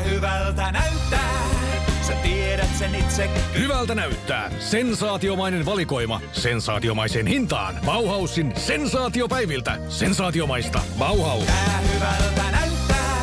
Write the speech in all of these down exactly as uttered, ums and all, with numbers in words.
hyvältä näyttää. Sä tiedät sen itse. Hyvältä näyttää. Sensaatiomainen valikoima. Sensaatiomaiseen hintaan. Bauhausin sensaatiopäiviltä. Sensaatiomaista. Bauhaus. Tää hyvältä näyttää.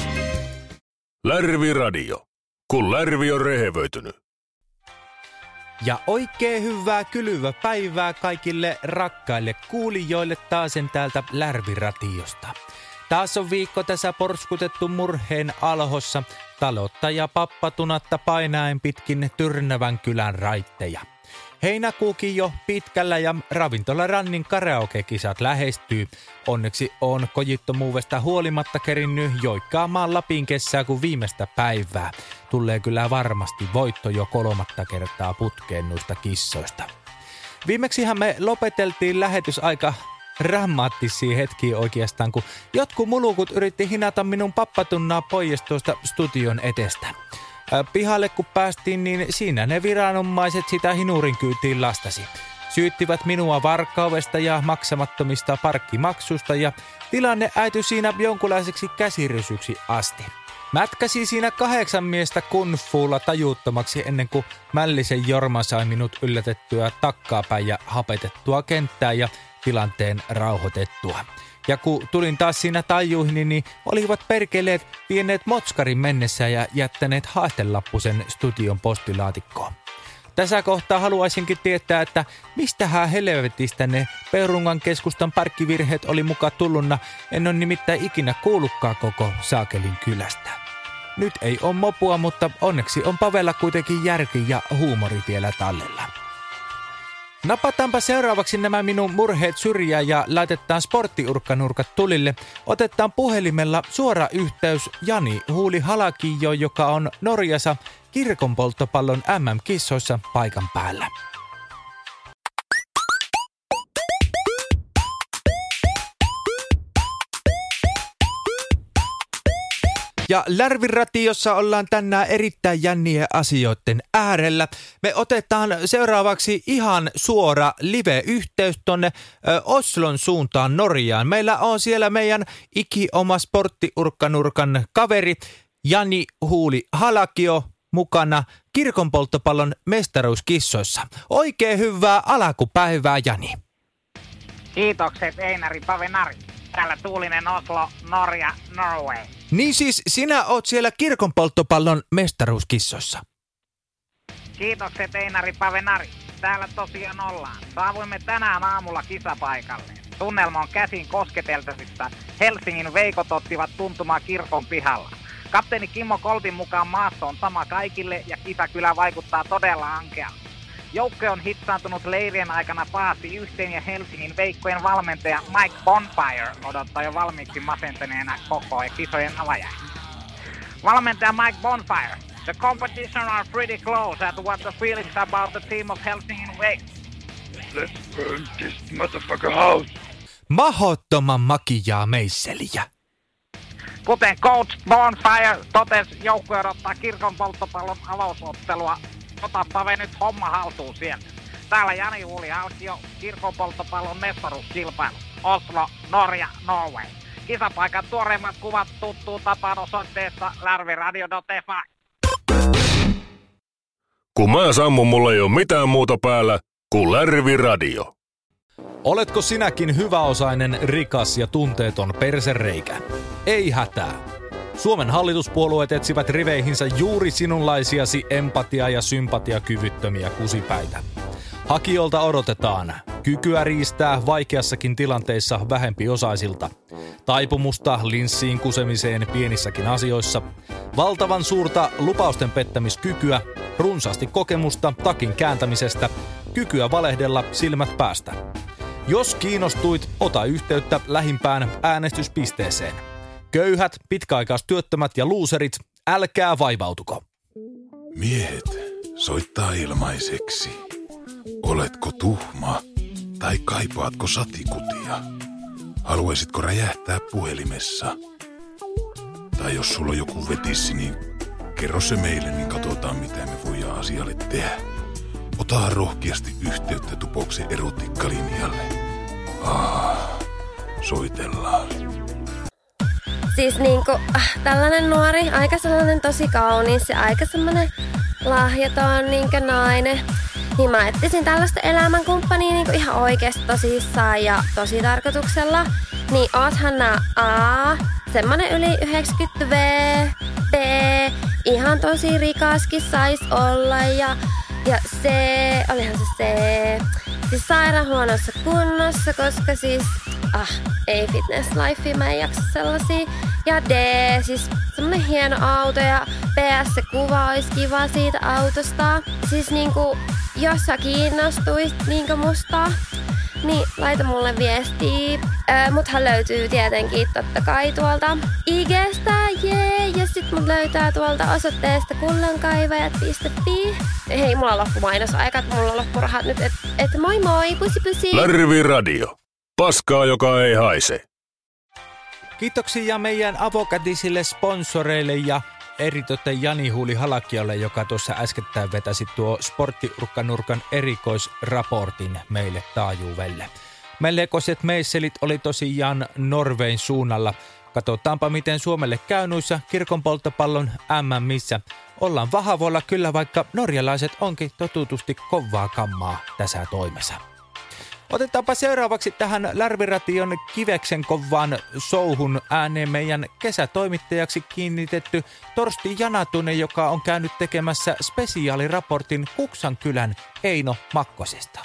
Lärviradio. Kun lärvi on rehevöitynyt. Ja oikein hyvää kylyvä päivää kaikille rakkaille kuulijoille taasen täältä Lärviradiosta. Taas on viikko tässä porskutettu murheen alhossa, taloutta ja pappatunatta painaen pitkin Tyrnävän kylän raitteja. Heinäkuukin jo pitkällä ja ravintolarannin karaoke-kisat lähestyy. Onneksi on kojittomuudesta huolimatta kerinnyt joikkaamaan Lapin kesää kuin viimeistä päivää. Tulee kyllä varmasti voitto jo kolmatta kertaa putkeen noista kissoista. Viimeksihän me lopeteltiin lähetys aika dramaattisia hetkiä oikeastaan, kun jotkut mulukut yritti hinata minun pappatunnaa pois tuosta studion etestä. Pihalle kun päästiin, niin siinä ne viranomaiset sitä hinurin kyytiin lastasi. Syyttivät minua varkaudesta ja maksamattomista parkkimaksusta ja tilanne äityi siinä jonkunlaiseksi käsirysyksi asti. Mätkäsi siinä kahdeksan miestä kunfuulla tajuuttomaksi ennen kuin Mällisen Jorma sai minut yllätettyä takkaapäin ja hapetettua kenttää ja tilanteen rauhoitettua. Ja kun tulin taas siinä tajuihin, niin olivat perkeleet vieneet motskarin mennessä ja jättäneet haastelappusen studion postilaatikkoon. Tässä kohtaa haluaisinkin tietää, että mistähän helvetistä ne Perungan keskustan parkkivirheet oli muka tulluna. En ole nimittäin ikinä kuullutkaan koko Saakelin kylästä. Nyt ei ole mopua, mutta onneksi on Pavella kuitenkin järki ja huumori vielä tallella. Napataanpa seuraavaksi nämä minun murheet syrjään ja laitetaan sporttiurkkanurkat tulille. Otetaan puhelimella suora yhteys Jani Huuli Halakijo, joka on Norjassa kirkonpolttopallon M M-kissoissa paikan päällä. Ja Lärviradiossa ollaan tänään erittäin jännien asioiden äärellä. Me otetaan seuraavaksi ihan suora live-yhteys tonne ö, Oslon suuntaan Norjaan. Meillä on siellä meidän iki-oma sporttiurkkanurkan kaveri Jani Huuli Halakio mukana kirkonpolttopallon mestaruuskissoissa. Oikein hyvää alkupäivää, Jani. Kiitokset Einari Pavenari. Täällä tuulinen Oslo, Norja, Norway. Niin siis sinä oot siellä kirkonpolttopallon mestaruuskissoissa. Kiitokset Einari Pavenari. Täällä tosiaan ollaan. Saavuimme tänään aamulla kisapaikalle. Tunnelma on käsin kosketeltavissa. Helsingin veikot ottivat tuntumaa kirkon pihalla. Kapteeni Kimmo Koltin mukaan maasto on sama kaikille ja kisa kyllä vaikuttaa todella ankealta. Joukko on hitsaantunut leirien aikana paasi yhteen ja Helsingin veikkojen valmentaja Mike Bonfire odottaa jo valmiiksi masentuneena koko ja kisojen avajaiset. Valmentaja Mike Bonfire, the competition are pretty close at what the feelings about the team of Helsingin Wake. Let's burn this motherfucker house. Mahottoman makiaa meisseliä. Kuten coach Bonfire totesi, joukko odottaa kirkonpolttopallon avausottelua. Ota Pave nyt homma haltuun sieltä. Täällä Jani Huuli Halkio, kirkonpolttopallon mestaruuskilpailu. Oslo, Norja, Norway. Kisapaikan tuoreimmat kuvat tuttuu tapaan osoitteessa lärviradio piste fi. Kun mä sammun, mulla ei ole mitään muuta päällä kuin Lärviradio. Oletko sinäkin hyväosainen, rikas ja tunteeton persereikä? Ei hätää. Suomen hallituspuolueet etsivät riveihinsä juuri sinunlaisiasi empatia- ja sympatiakyvyttömiä kusipäitä. Hakijoilta odotetaan kykyä riistää vaikeassakin tilanteissa vähempiosaisilta, taipumusta linssiin kusemiseen pienissäkin asioissa, valtavan suurta lupausten pettämiskykyä, runsaasti kokemusta takin kääntämisestä, kykyä valehdella silmät päästä. Jos kiinnostuit, ota yhteyttä lähimpään äänestyspisteeseen. Köyhät, pitkäaikaistyöttömät ja luuserit, älkää vaivautuko. Miehet soittaa ilmaiseksi. Oletko tuhma tai kaipaatko satikutia? Haluaisitko räjähtää puhelimessa? Tai jos sulla on joku vetissi, niin kerro se meille, niin katsotaan mitä me voidaan asialle tehdä. Ota rohkeasti yhteyttä Tupoksen erotiikkalinjalle. Ah, soitellaan. siis niinku äh, tällainen nuori, aika sellainen tosi kaunis ja aika semmoinen lahjaton niinkö nainen. Niin mä etsisin tällaista elämänkumppania niinku ihan oikeasti tosissaan ja tosi tarkoituksella. Niin oothan nää A, semmonen yli yhdeksänkymmentä vuotias, B, ihan tosi rikaskin sais olla ja, ja C, olihan se C, siis sairaan huonossa kunnossa, koska siis, ah, ei fitness life, mä en jaksa sellaisia. Ja D, siis semmonen hieno auto ja P S se kuva olisi kiva siitä autosta. Siis niinku, jos sä kiinnostuit niinku musta, niin laita mulle viestiä. Öö, muthan löytyy tietenkin totta kai tuolta I G:stä, jee. Yeah. Ja sit mut löytää tuolta osoitteesta kullankaivajat piste fi. Hei, mulla on loppu mainosaika, että mulla on loppurahat nyt. Et, et moi moi, pusi pusi. Lärvi Radio. Paskaa, joka ei haise. Kiitoksia meidän avokätisille sponsoreille ja eritoten Jani Huuli Halakiolle, joka tuossa äskettäin vetäsi tuo Sporttiurkkanurkan erikoisraportin meille taajuudelle. Melkoiset meisselit oli tosiaan Norvein suunnalla. Katsotaanpa, miten Suomelle käy noissa kirkonpolttopallon M M:issä. Ollaan vahavoilla kyllä, vaikka norjalaiset onkin totutusti kovaa kammaa tässä toimessa. Otetaanpa seuraavaksi tähän Lärviration kiveksen kovaan souhun ääneen meidän kesätoimittajaksi kiinnitetty Torsti Janatunen, joka on käynyt tekemässä spesiaaliraportin Kuksankylän Eino Makkosesta.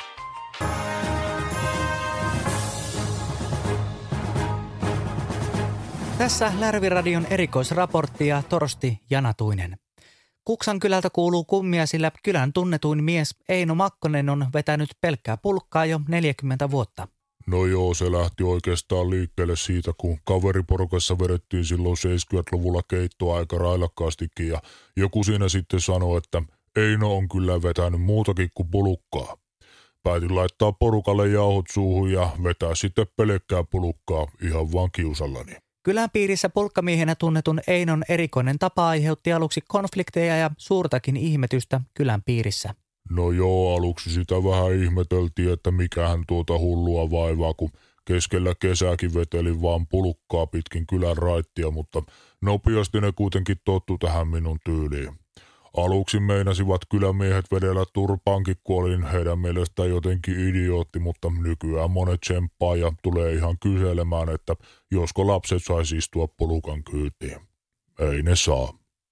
Tässä Lärviradion erikoisraportti ja Torsti Janatuinen. Kuksankylältä kuuluu kummia, sillä kylän tunnetuin mies Eino Makkonen on vetänyt pelkkää pulkkaa jo neljäkymmentä vuotta. No joo, se lähti oikeastaan liikkeelle siitä, kun kaveriporukassa vedettiin silloin seitsemänkymmentäluvulla keittoa aika railakkaastikin ja joku siinä sitten sanoi, että Eino on kyllä vetänyt muutakin kuin pulkkaa. Päätin laittaa porukalle jauhot suuhun ja vetää sitten pelkkää pulkkaa ihan vaan kiusallani. Kylän piirissä pulkkamiehenä tunnetun Einon erikoinen tapa aiheutti aluksi konflikteja ja suurtakin ihmetystä kylän piirissä. No joo, aluksi sitä vähän ihmeteltiin, että mikähän tuota hullua vaivaa, kun keskellä kesääkin vetelin vaan pulkkaa pitkin kylän raittia, mutta nopeasti ne kuitenkin tottu tähän minun tyyliin. Aluksi meinasivat kylämiehet vedellä turpaankin, kun olin heidän mielestään jotenkin idiootti, mutta nykyään monet tsemppaa ja tulee ihan kyselemään, että josko lapset saisi istua pulukan kyytiin. Ei ne saa.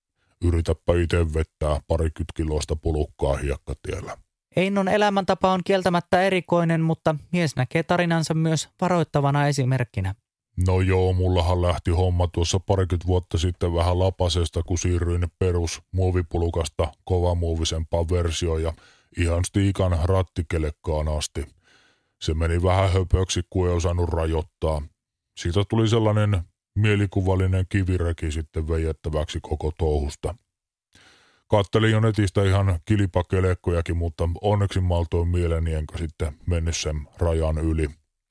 Yritäpä itse vettää parikymmentä kiloista pulukkaa hiekkatiellä. Einon elämäntapa on kieltämättä erikoinen, mutta mies näkee tarinansa myös varoittavana esimerkkinä. No joo, mullahan lähti homma tuossa parikymmentä vuotta sitten vähän lapasesta, kun siirryin perus muovipulukasta kovamuovisempaan versioon ja ihan stiikan rattikelekkaan asti. Se meni vähän höpöksi, kun ei osannut rajoittaa. Siitä tuli sellainen mielikuvallinen kivireki sitten vejettäväksi koko touhusta. Kattelin jo netistä ihan kilpakelekkojakin, mutta onneksi maltoin mieleni enkä sitten mennyt sen rajan yli.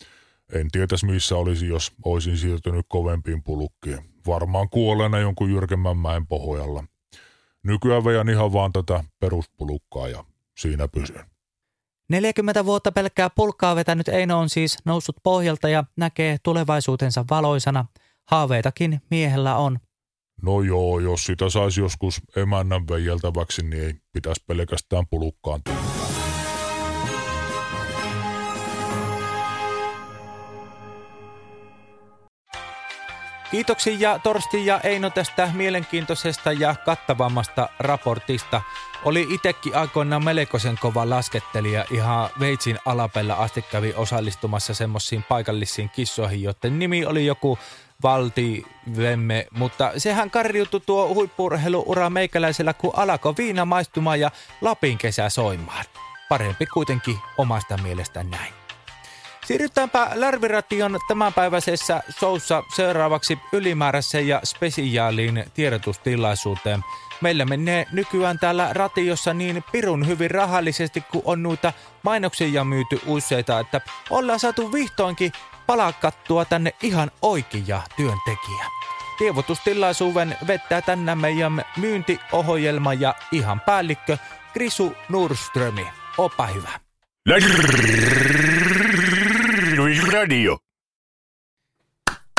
En tietäisi missä olisi, jos olisin siirtynyt kovempiin pulukkiin. Varmaan kuolleena jonkun jyrkemmän mäen pohjalla. Nykyään vejan ihan vaan tätä peruspulukkaa ja siinä pysyn. neljäkymmentä vuotta pelkkää pulkkaa vetänyt Eino on siis noussut pohjalta ja näkee tulevaisuutensa valoisana. Haaveitakin miehellä on. No joo, jos sitä saisi joskus emännän veijeltäväksi, niin ei pitäisi pelkästään pulukkaan tulla. Kiitoksia Torsti ja Eino tästä mielenkiintoisesta ja kattavammasta raportista. Oli itsekin aikoinaan melkoisen kova laskettelija. Ihan veitsin alapella asti kävi osallistumassa semmoisiin paikallisiin kissoihin, joiden nimi oli joku Valti Vemme. Mutta sehän karriutui tuo huippu-urheilu-ura meikäläisellä, kun alkoi viina maistumaan ja Lapin kesä soimaan. Parempi kuitenkin omasta mielestä näin. Siirrytäänpä Lärviration tämänpäiväisessä showssa seuraavaksi ylimääräiseen ja spesiaaliin tiedotustilaisuuteen. Meillä menee nykyään täällä ratiossa niin pirun hyvin rahallisesti, kun on noita mainoksia myyty useita, että ollaan saatu vihtoinkin palakattua tänne ihan oikea työntekijä. Tiedotustilaisuuden vettää tänne meidän myyntiohjelma ja ihan päällikkö Krisu Nordströmi. Opa hyvä. Radio.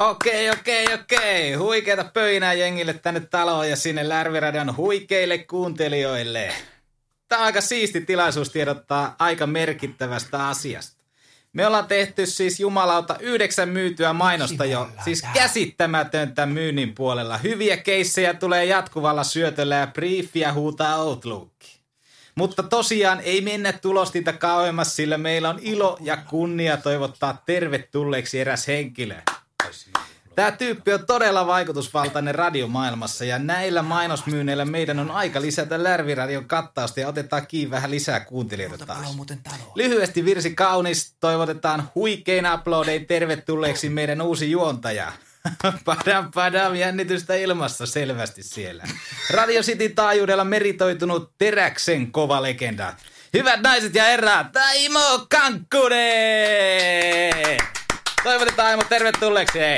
Okei, okei, okei. Huikeeta pöinää jengille tänne taloon ja sinne Lärviradion huikeille kuuntelijoille. Tämä on aika siisti tilaisuus tiedottaa aika merkittävästä asiasta. Me ollaan tehty siis jumalauta yhdeksän myytyä mainosta jo, siis käsittämätöntä myynnin puolella. Hyviä keissejä tulee jatkuvalla syötöllä ja briefiä huutaa Outlook. Mutta tosiaan ei mennä tulostinta kauemmas, sillä meillä on ilo ja kunnia toivottaa tervetulleeksi eräs henkilö. Tämä tyyppi on todella vaikutusvaltainen radiomaailmassa ja näillä mainosmyynneillä meidän on aika lisätä Lärviradion kattausta ja otetaan kiinni vähän lisää kuuntelijoita taas. Lyhyesti virsi kaunis, toivotetaan huikein uploadein tervetulleeksi meidän uusi juontaja. Padam padam, jännitystä ilmassa selvästi siellä. Radio City taajuudella meritoitunut teräksen kova legenda. Hyvät naiset ja herrat, Aimo Kankkunen! Toivotetaan Aimo tervetulleeksi, hei!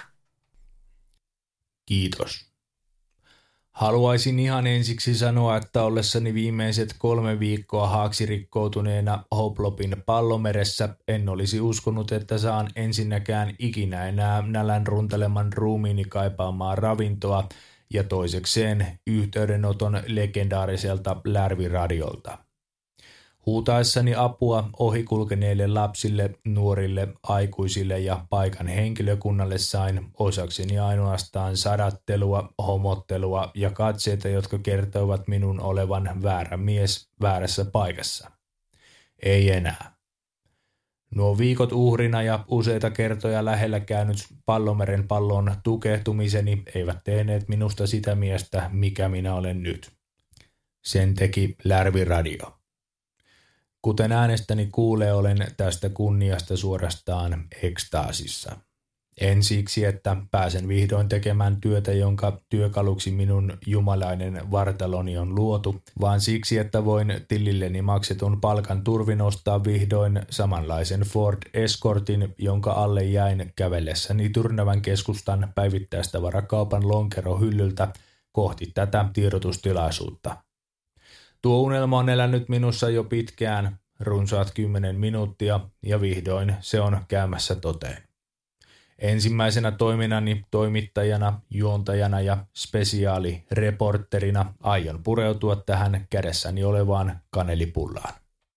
Kiitos. Haluaisin ihan ensiksi sanoa, että ollessani viimeiset kolme viikkoa haaksirikkoutuneena Hoplopin pallomeressä en olisi uskonut, että saan ensinnäkään ikinä enää nälän runteleman ruumiini kaipaamaan ravintoa ja toisekseen yhteydenoton legendaariselta Lärviradiolta. Huutaessani apua ohikulkeneille lapsille, nuorille, aikuisille ja paikan henkilökunnalle sain osakseni ainoastaan sadattelua, homottelua ja katseita, jotka kertoivat minun olevan väärä mies väärässä paikassa. Ei enää. Nuo viikot uhrina ja useita kertoja lähellä käynyt Pallomeren pallon tukehtumiseni eivät tehneet minusta sitä miestä, mikä minä olen nyt. Sen teki Lärviradio. Kuten äänestäni kuulee, olen tästä kunniasta suorastaan ekstaasissa. En siksi, että pääsen vihdoin tekemään työtä, jonka työkaluksi minun jumalainen vartaloni on luotu, vaan siksi, että voin tililleni maksetun palkan turvin ostaa vihdoin samanlaisen Ford Escortin, jonka alle jäin kävellessäni Tyrnävän keskustan päivittäistavarakaupan lonkerohyllyltä kohti tätä tiedotustilaisuutta. Tuo unelma on elänyt minussa jo pitkään, runsaat kymmenen minuuttia, ja vihdoin se on käymässä toteen. Ensimmäisenä toiminnani toimittajana, juontajana ja spesiaalireporterina aion pureutua tähän kädessäni olevaan kanelipullaan.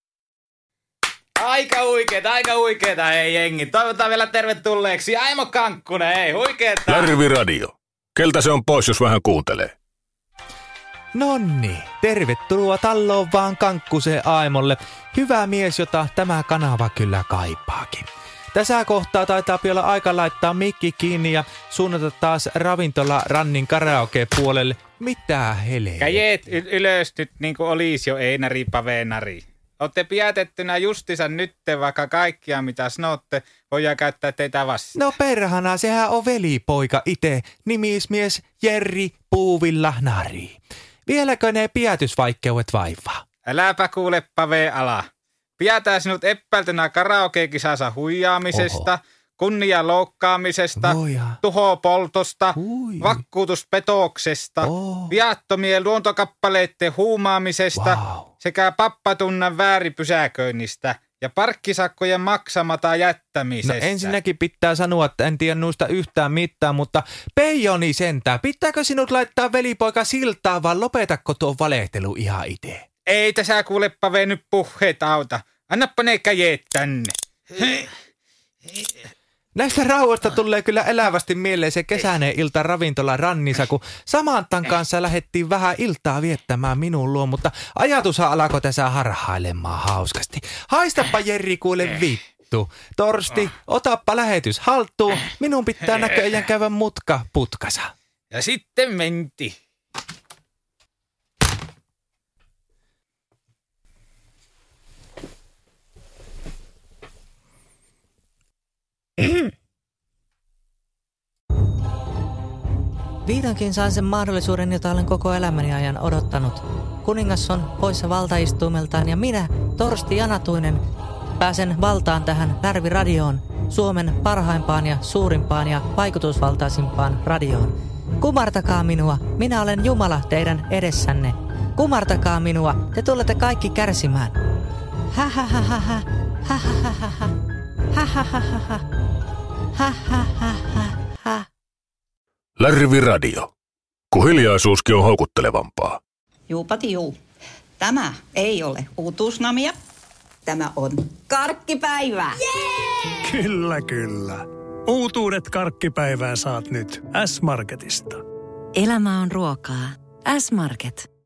Aika huikeeta, aika huikeeta, hei jengi. Toivotaan vielä tervetulleeksi Aimo Kankkunen, hei huikeeta. Lärviradio. Keltä se on pois, jos vähän kuuntelee? Nonni, tervetuloa talloon vaan Kankkuseen Aimolle. Hyvä mies, jota tämä kanava kyllä kaipaakin. Tässä kohtaa taitaa olla aika laittaa mikki kiinni ja suunnata taas ravintola Rannin karaoke-puolelle. Mitä helvetti? Käjet y- ylös nyt niin kuin olisi jo Einari Pavenari. Olette pidätettynä justissa nytte, vaikka kaikkia mitä sanotte, voidaan käyttää teitä vastaan. No perhana, sehän on velipoika ite, nimismies Jerri Puuvilla Nari. Vieläkö ne pidätysvaikkeudet vaivaa? Äläpä kuule Pave ala. Pidätään sinut epäiltynä karaoke-kisassa huijaamisesta, Oho. kunnian loukkaamisesta, Oja. tuhopoltosta, Ui. vakuutuspetoksesta, oh. viattomien luontokappaleiden huumaamisesta wow. sekä pappatunnan vääripysäköinnistä ja parkkisakkojen maksamata jättämisestä. No ensinnäkin pitää sanoa, että en tiedä noista yhtään mitään, mutta Peijoni sentään, pitääkö sinut laittaa velipoika siltaan vai lopetakko tuon valehtelu ihan itse? Ei tässä kuule Pave nyt puheet auta. Annappa ne käjet tänne. Näistä rauhoista tulee kyllä elävästi mieleen se kesäinen ilta ravintola Rannissa, kun Samantan kanssa lähdettiin vähän iltaa viettämään minun luo, mutta ajatushan alkoi tässä harhailemaan hauskasti. Haistappa Jerri kuule vittu. Torsti, otappa lähetys haltuun. Minun pitää näköjään käydä mutka putkasa. Ja sitten menti. Vihdoinkin saan sen mahdollisuuden, jota olen koko elämäni ajan odottanut. Kuningas on poissa valtaistuimeltaan ja minä, Torsti Janatuinen, pääsen valtaan tähän Lärviradioon, Suomen parhaimpaan ja suurimpaan ja vaikutusvaltaisimpaan radioon. Kumartakaa minua, minä olen Jumala teidän edessänne. Kumartakaa minua, te tulette kaikki kärsimään. Ha ha ha ha ha ha ha ha ha ha ha ha ha ha ha ha ha. Häh? Lärviradio. Kun hiljaisuuskin on houkuttelevampaa. Juupati juu. Tämä ei ole uutuusnamia. Tämä on karkkipäivää. Jee! Kyllä, kyllä. Uutuudet karkkipäivään saat nyt S-Marketista. Elämä on ruokaa. S-Market.